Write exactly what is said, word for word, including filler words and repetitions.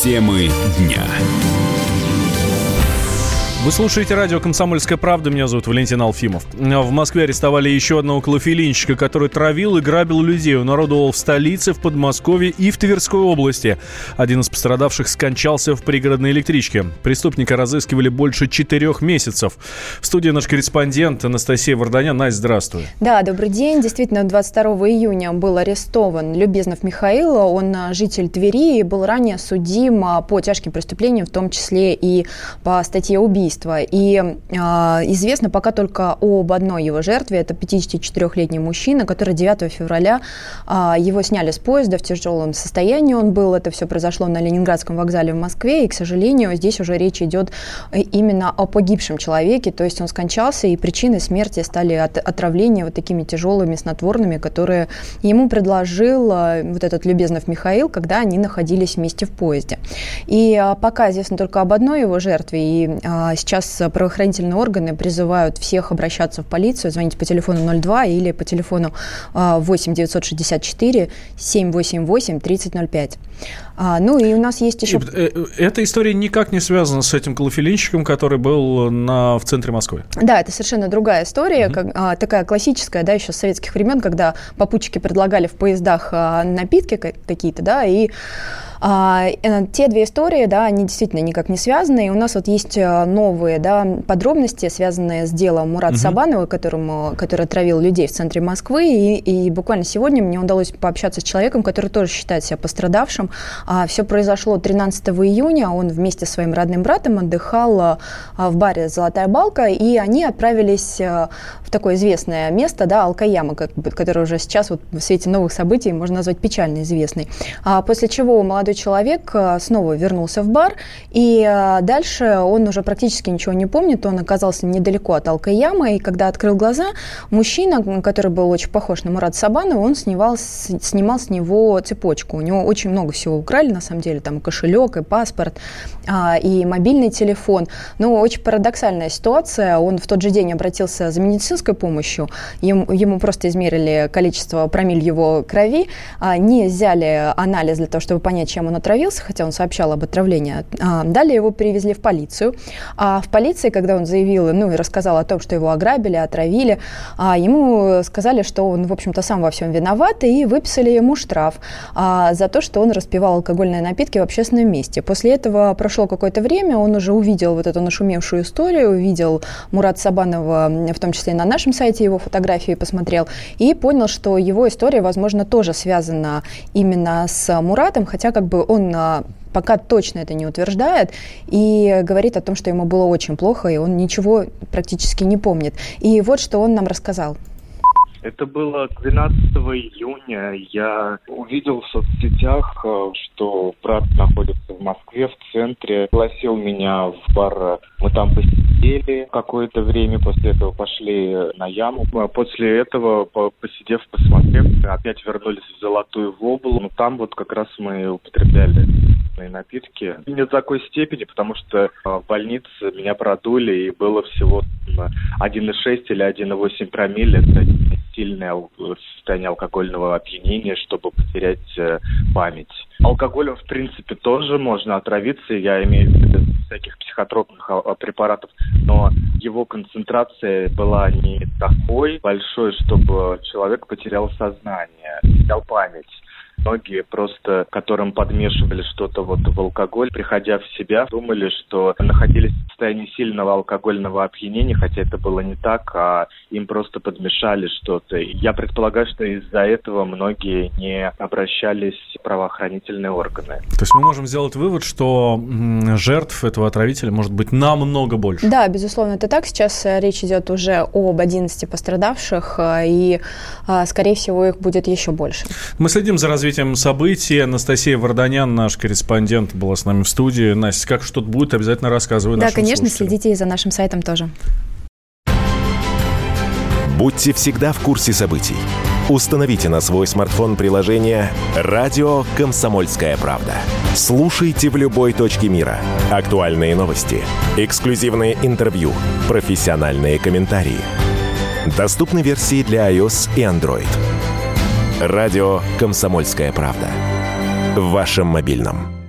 Темы дня. Вы слушаете радио «Комсомольская правда». Меня зовут Валентин Алфимов. В Москве арестовали еще одного клофелинщика, который травил и грабил людей. Он орудовал в столице, в Подмосковье и в Тверской области. Один из пострадавших скончался в пригородной электричке. Преступника разыскивали больше четырех месяцев. В студии наш корреспондент Анастасия Варданян. Настя, здравствуй. Да, добрый день. Действительно, двадцать второго июня был арестован Любезнов Михаил. Он житель Твери и был ранее судим по тяжким преступлениям, в том числе и по статье убийства. И э, известно пока только об одной его жертве. Это пятидесятичетырёхлетний мужчина, который девятого февраля э, его сняли с поезда в тяжелом состоянии. Он был. Это все произошло на Ленинградском вокзале в Москве. И, к сожалению, здесь уже речь идет именно о погибшем человеке. То есть он скончался, и причиной смерти стали от, отравления вот такими тяжелыми снотворными, которые ему предложил э, вот этот Любезнов Михаил, когда они находились вместе в поезде. И э, пока известно только об одной его жертве. И э, Сейчас правоохранительные органы призывают всех обращаться в полицию, звонить по телефону ноль два или по телефону восемь девятьсот шестьдесят четыре семьсот восемьдесят восемь тридцать ноль пять. Ну и у нас есть еще... Эта история никак не связана с этим клофелинщиком, который был на, в центре Москвы. Да, это совершенно другая история, Mm-hmm. как, а, такая классическая, да, еще с советских времен, когда попутчики предлагали в поездах а, напитки какие-то, да, и А, те две истории, да, они действительно никак не связаны. И у нас вот есть новые, да, подробности, связанные с делом Мурата uh-huh. Сабанова, которому, который отравил людей в центре Москвы. И, и буквально сегодня мне удалось пообщаться с человеком, который тоже считает себя пострадавшим. А, все произошло тринадцатого июня. Он вместе со своим родным братом отдыхал а, в баре «Золотая балка», и они отправились а, в такое известное место, да, Алкояма, как, которое уже сейчас вот, в свете новых событий можно назвать печально известной. А, после чего молодой человек снова вернулся в бар, и дальше он уже практически ничего не помнит. Он оказался недалеко от Алкоямы, и когда открыл глаза, мужчина, который был очень похож на Мурата Сабанова, он снимал, снимал с него цепочку. У него очень много всего украли, на самом деле, там и кошелек, и паспорт, и мобильный телефон. Но очень парадоксальная ситуация. Он в тот же день обратился за медицинской помощью, ему, ему просто измерили количество промилле его крови, не взяли анализ для того, чтобы понять, чем он отравился, хотя он сообщал об отравлении. Далее его перевезли в полицию. А в полиции, когда он заявил, ну и рассказал о том, что его ограбили, отравили, ему сказали, что он, в общем-то, сам во всем виноват, и выписали ему штраф за то, что он распивал алкогольные напитки в общественном месте. После этого прошло какое-то время, он уже увидел вот эту нашумевшую историю, увидел Мурата Сабанова, в том числе и на нашем сайте его фотографии посмотрел, и понял, что его история, возможно, тоже связана именно с Муратом, хотя как бы он пока точно это не утверждает и говорит о том, что ему было очень плохо, и он ничего практически не помнит. И вот что он нам рассказал. Это было двенадцатого июня. Я увидел в соцсетях, что брат находится в Москве, в центре. Пригласил меня в бар. Мы там посидели какое-то время. После этого пошли на яму. После этого, посидев, посмотрев, опять вернулись в Золотую Воблу. Но там вот как раз мы употребляли напитки. Не до такой степени, потому что в больнице меня продули, и было всего один и шесть или один и восемь промилле. Это сильное состояние алкогольного опьянения, чтобы потерять э, память. Алкоголем, в принципе, тоже можно отравиться, я имею в виду всяких психотропных препаратов, но его концентрация была не такой большой, чтобы человек потерял сознание, потерял память. Многие просто, которым подмешивали что-то вот в алкоголь, приходя в себя, думали, что находились в состоянии сильного алкогольного опьянения, хотя это было не так, а им просто подмешали что-то. Я предполагаю, что из-за этого многие не обращались в правоохранительные органы. То есть мы можем сделать вывод, что жертв этого отравителя может быть намного больше? Да, безусловно, это так. Сейчас речь идет уже об одиннадцати пострадавших, и, скорее всего, их будет еще больше. Мы следим за развитием событий. Анастасия Варданян, наш корреспондент, была с нами в студии. Настя, как что-то будет, обязательно рассказывай нашим слушателям. Да, конечно, следите и за нашим сайтом тоже. Будьте всегда в курсе событий. Установите на свой смартфон приложение «Радио Комсомольская правда». Слушайте в любой точке мира. Актуальные новости, эксклюзивные интервью, профессиональные комментарии. Доступны версии для iOS и Android. Радио «Комсомольская правда». В вашем мобильном.